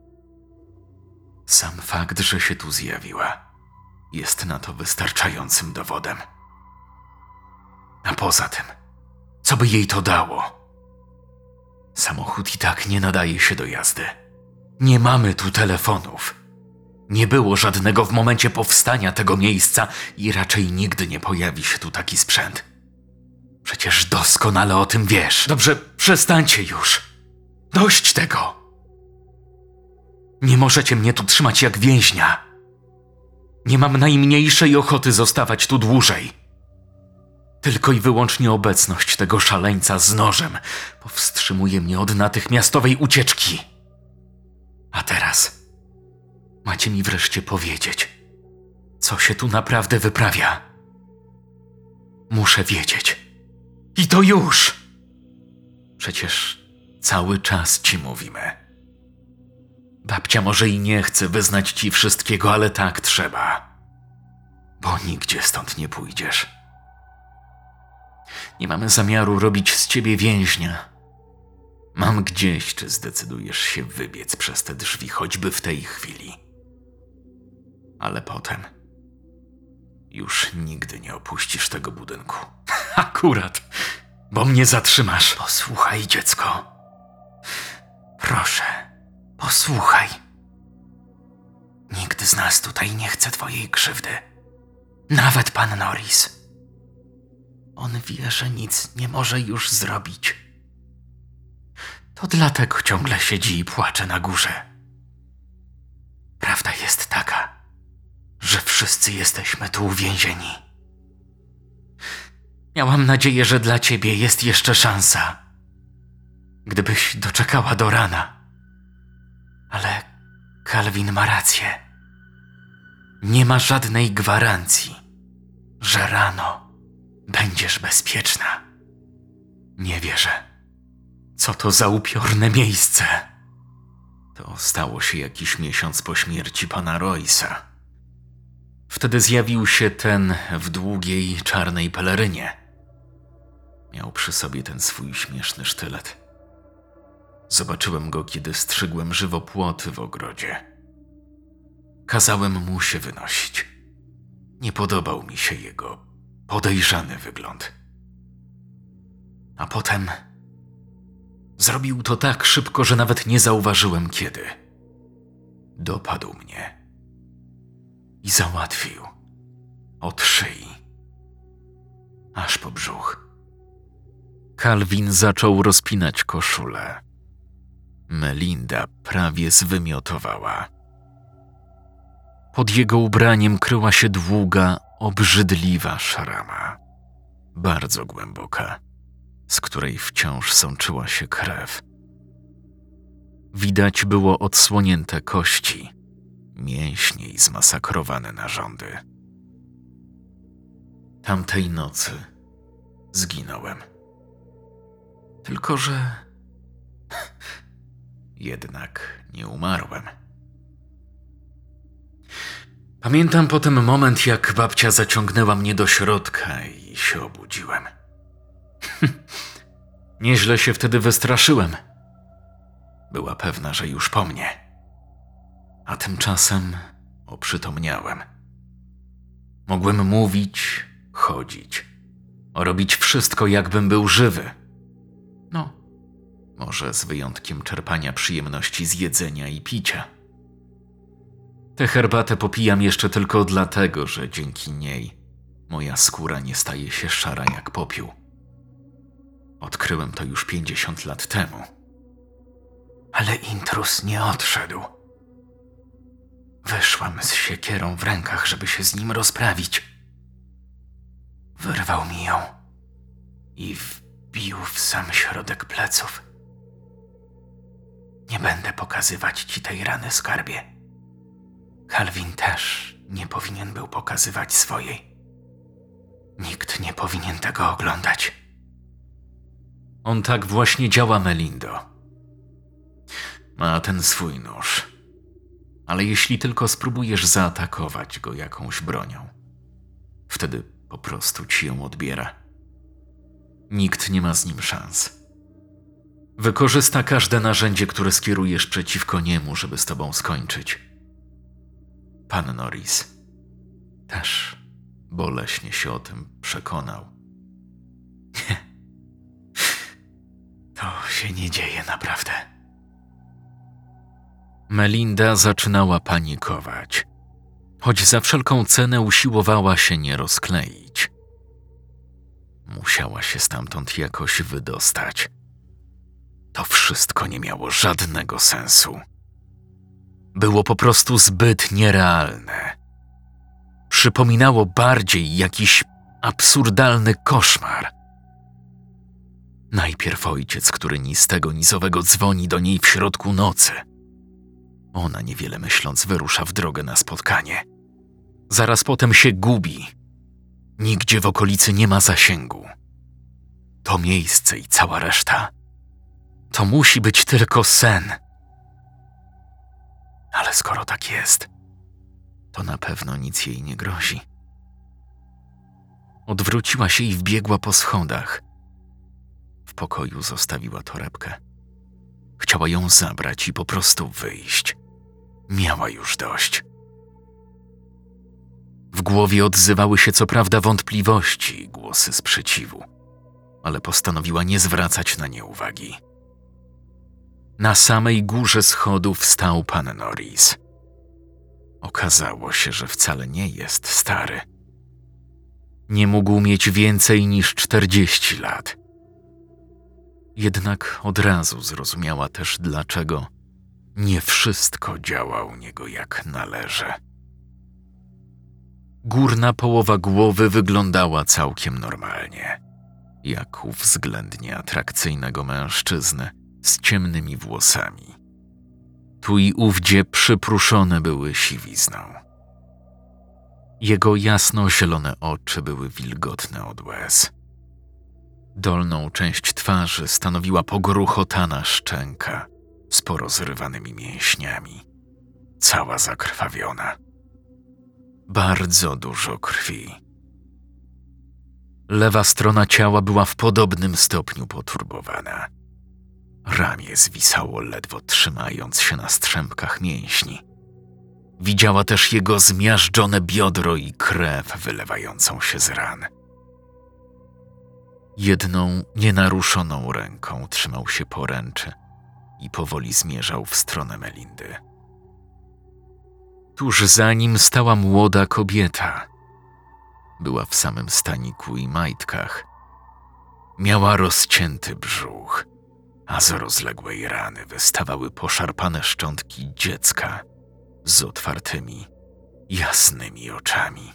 Sam fakt, że się tu zjawiła, jest na to wystarczającym dowodem. A poza tym, co by jej to dało? Samochód i tak nie nadaje się do jazdy. Nie mamy tu telefonów. Nie było żadnego w momencie powstania tego miejsca i raczej nigdy nie pojawi się tu taki sprzęt. Przecież doskonale o tym wiesz. Dobrze, przestańcie już. Dość tego. Nie możecie mnie tu trzymać jak więźnia. Nie mam najmniejszej ochoty zostawać tu dłużej. Tylko i wyłącznie obecność tego szaleńca z nożem powstrzymuje mnie od natychmiastowej ucieczki. A teraz macie mi wreszcie powiedzieć, co się tu naprawdę wyprawia. Muszę wiedzieć. I to już! Przecież cały czas ci mówimy. Babcia może i nie chce wyznać ci wszystkiego, ale tak trzeba. Bo nigdzie stąd nie pójdziesz. Nie mamy zamiaru robić z ciebie więźnia. Mam gdzieś, czy zdecydujesz się wybiec przez te drzwi, choćby w tej chwili. Ale potem już nigdy nie opuścisz tego budynku. Akurat, bo mnie zatrzymasz. Posłuchaj, dziecko. Proszę, posłuchaj. Nikt z nas tutaj nie chce twojej krzywdy. Nawet pan Norris. On wie, że nic nie może już zrobić. To dlatego ciągle siedzi i płacze na górze. Prawda jest taka, że wszyscy jesteśmy tu uwięzieni. Miałam nadzieję, że dla ciebie jest jeszcze szansa. Gdybyś doczekała do rana. Ale Calvin ma rację. Nie ma żadnej gwarancji, że rano będziesz bezpieczna. Nie wierzę. Co to za upiorne miejsce? To stało się jakiś miesiąc po śmierci pana Royce'a. Wtedy zjawił się ten w długiej, czarnej pelerynie. Miał przy sobie ten swój śmieszny sztylet. Zobaczyłem go, kiedy strzygłem żywopłoty w ogrodzie. Kazałem mu się wynosić. Nie podobał mi się jego podejrzany wygląd. A potem zrobił to tak szybko, że nawet nie zauważyłem kiedy. Dopadł mnie i załatwił od szyi aż po brzuch. Calvin zaczął rozpinać koszulę. Melinda prawie zwymiotowała. Pod jego ubraniem kryła się długa, obrzydliwa szrama. Bardzo głęboka, z której wciąż sączyła się krew. Widać było odsłonięte kości, mięśnie i zmasakrowane narządy. Tamtej nocy zginąłem. Tylko że jednak nie umarłem. Pamiętam potem moment, jak babcia zaciągnęła mnie do środka i się obudziłem. Nieźle się wtedy wystraszyłem. Była pewna, że już po mnie. A tymczasem oprzytomniałem. Mogłem mówić, chodzić, robić wszystko, jakbym był żywy. No, może z wyjątkiem czerpania przyjemności z jedzenia i picia. Tę herbatę popijam jeszcze tylko dlatego, że dzięki niej moja skóra nie staje się szara jak popiół. Odkryłem to już pięćdziesiąt lat temu. Ale intruz nie odszedł. Wyszłam z siekierą w rękach, żeby się z nim rozprawić. Wyrwał mi ją i wbił w sam środek pleców. Nie będę pokazywać ci tej rany, skarbie. Calvin też nie powinien był pokazywać swojej. Nikt nie powinien tego oglądać. On tak właśnie działa, Melindo. Ma ten swój nóż. Ale jeśli tylko spróbujesz zaatakować go jakąś bronią, wtedy po prostu ci ją odbiera. Nikt nie ma z nim szans. Wykorzysta każde narzędzie, które skierujesz przeciwko niemu, żeby z tobą skończyć. Pan Norris też boleśnie się o tym przekonał. Nie. To się nie dzieje naprawdę. Melinda zaczynała panikować, choć za wszelką cenę usiłowała się nie rozkleić. Musiała się stamtąd jakoś wydostać. To wszystko nie miało żadnego sensu. Było po prostu zbyt nierealne. Przypominało bardziej jakiś absurdalny koszmar. Najpierw ojciec, który ni z tego ni z owego dzwoni do niej w środku nocy. Ona, niewiele myśląc, wyrusza w drogę na spotkanie. Zaraz potem się gubi. Nigdzie w okolicy nie ma zasięgu. To miejsce i cała reszta to musi być tylko sen. Ale skoro tak jest, to na pewno nic jej nie grozi. Odwróciła się i wbiegła po schodach. W pokoju zostawiła torebkę. Chciała ją zabrać i po prostu wyjść. Miała już dość. W głowie odzywały się co prawda wątpliwości i głosy sprzeciwu, ale postanowiła nie zwracać na nie uwagi. Na samej górze schodów stał pan Norris. Okazało się, że wcale nie jest stary. Nie mógł mieć więcej niż czterdzieści lat. Jednak od razu zrozumiała też, dlaczego nie wszystko działa u niego jak należy. Górna połowa głowy wyglądała całkiem normalnie, jak u względnie atrakcyjnego mężczyzny z ciemnymi włosami. Tu i ówdzie przypruszone były siwizną. Jego jasno-zielone oczy były wilgotne od łez. Dolną część twarzy stanowiła pogruchotana szczęka z porozrywanymi mięśniami, cała zakrwawiona. Bardzo dużo krwi. Lewa strona ciała była w podobnym stopniu poturbowana. Ramię zwisało ledwo trzymając się na strzępkach mięśni. Widziała też jego zmiażdżone biodro i krew wylewającą się z ran. Jedną nienaruszoną ręką trzymał się poręczy i powoli zmierzał w stronę Melindy. Tuż za nim stała młoda kobieta. Była w samym staniku i majtkach. Miała rozcięty brzuch, a z rozległej rany wystawały poszarpane szczątki dziecka z otwartymi, jasnymi oczami.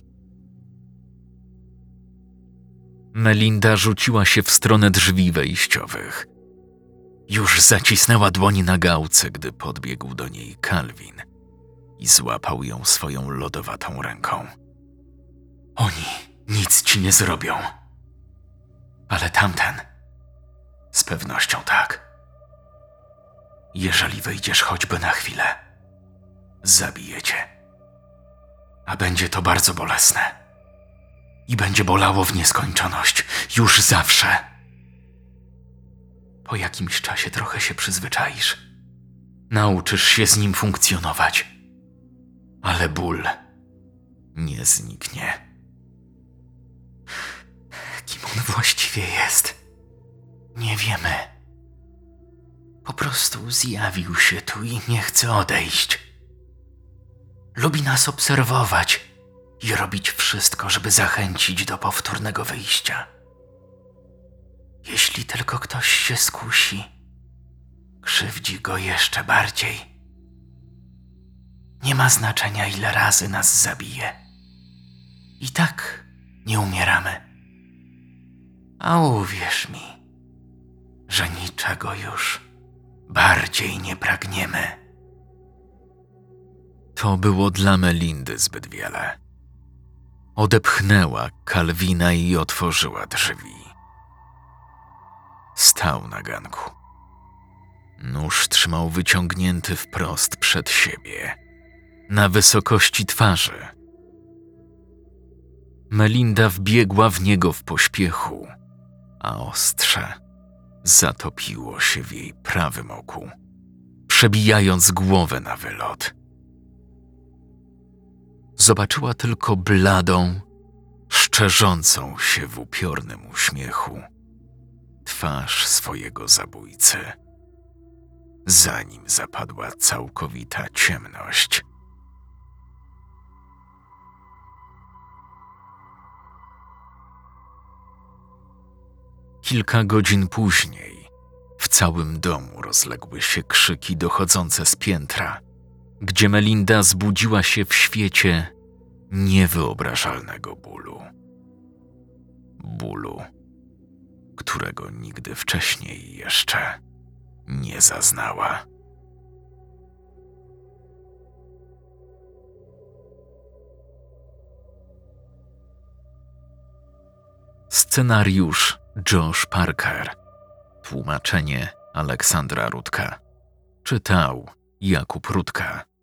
Melinda rzuciła się w stronę drzwi wejściowych. Już zacisnęła dłoń na gałce, gdy podbiegł do niej Calvin i złapał ją swoją lodowatą ręką. Oni nic ci nie zrobią. Ale tamten, z pewnością tak. Jeżeli wyjdziesz choćby na chwilę, zabiję cię. A będzie to bardzo bolesne. I będzie bolało w nieskończoność, już zawsze. Po jakimś czasie trochę się przyzwyczaisz. Nauczysz się z nim funkcjonować. Ale ból nie zniknie. Kim on właściwie jest? Nie wiemy. Po prostu zjawił się tu i nie chce odejść. Lubi nas obserwować i robić wszystko, żeby zachęcić do powtórnego wyjścia. Jeśli tylko ktoś się skusi, krzywdzi go jeszcze bardziej. Nie ma znaczenia, ile razy nas zabije. I tak nie umieramy. A uwierz mi, że niczego już bardziej nie pragniemy. To było dla Melindy zbyt wiele. Odepchnęła Calvina i otworzyła drzwi. Stał na ganku. Nóż trzymał wyciągnięty wprost przed siebie, na wysokości twarzy. Melinda wbiegła w niego w pośpiechu, a ostrze zatopiło się w jej prawym oku, przebijając głowę na wylot. Zobaczyła tylko bladą, szczerzącą się w upiornym uśmiechu twarz swojego zabójcy, zanim zapadła całkowita ciemność. Kilka godzin później w całym domu rozległy się krzyki dochodzące z piętra, gdzie Melinda zbudziła się w świecie niewyobrażalnego bólu. Bólu, którego nigdy wcześniej jeszcze nie zaznała. Scenariusz Josh Parker. Tłumaczenie Aleksandra Rutka. Czytał Jakub Rutka.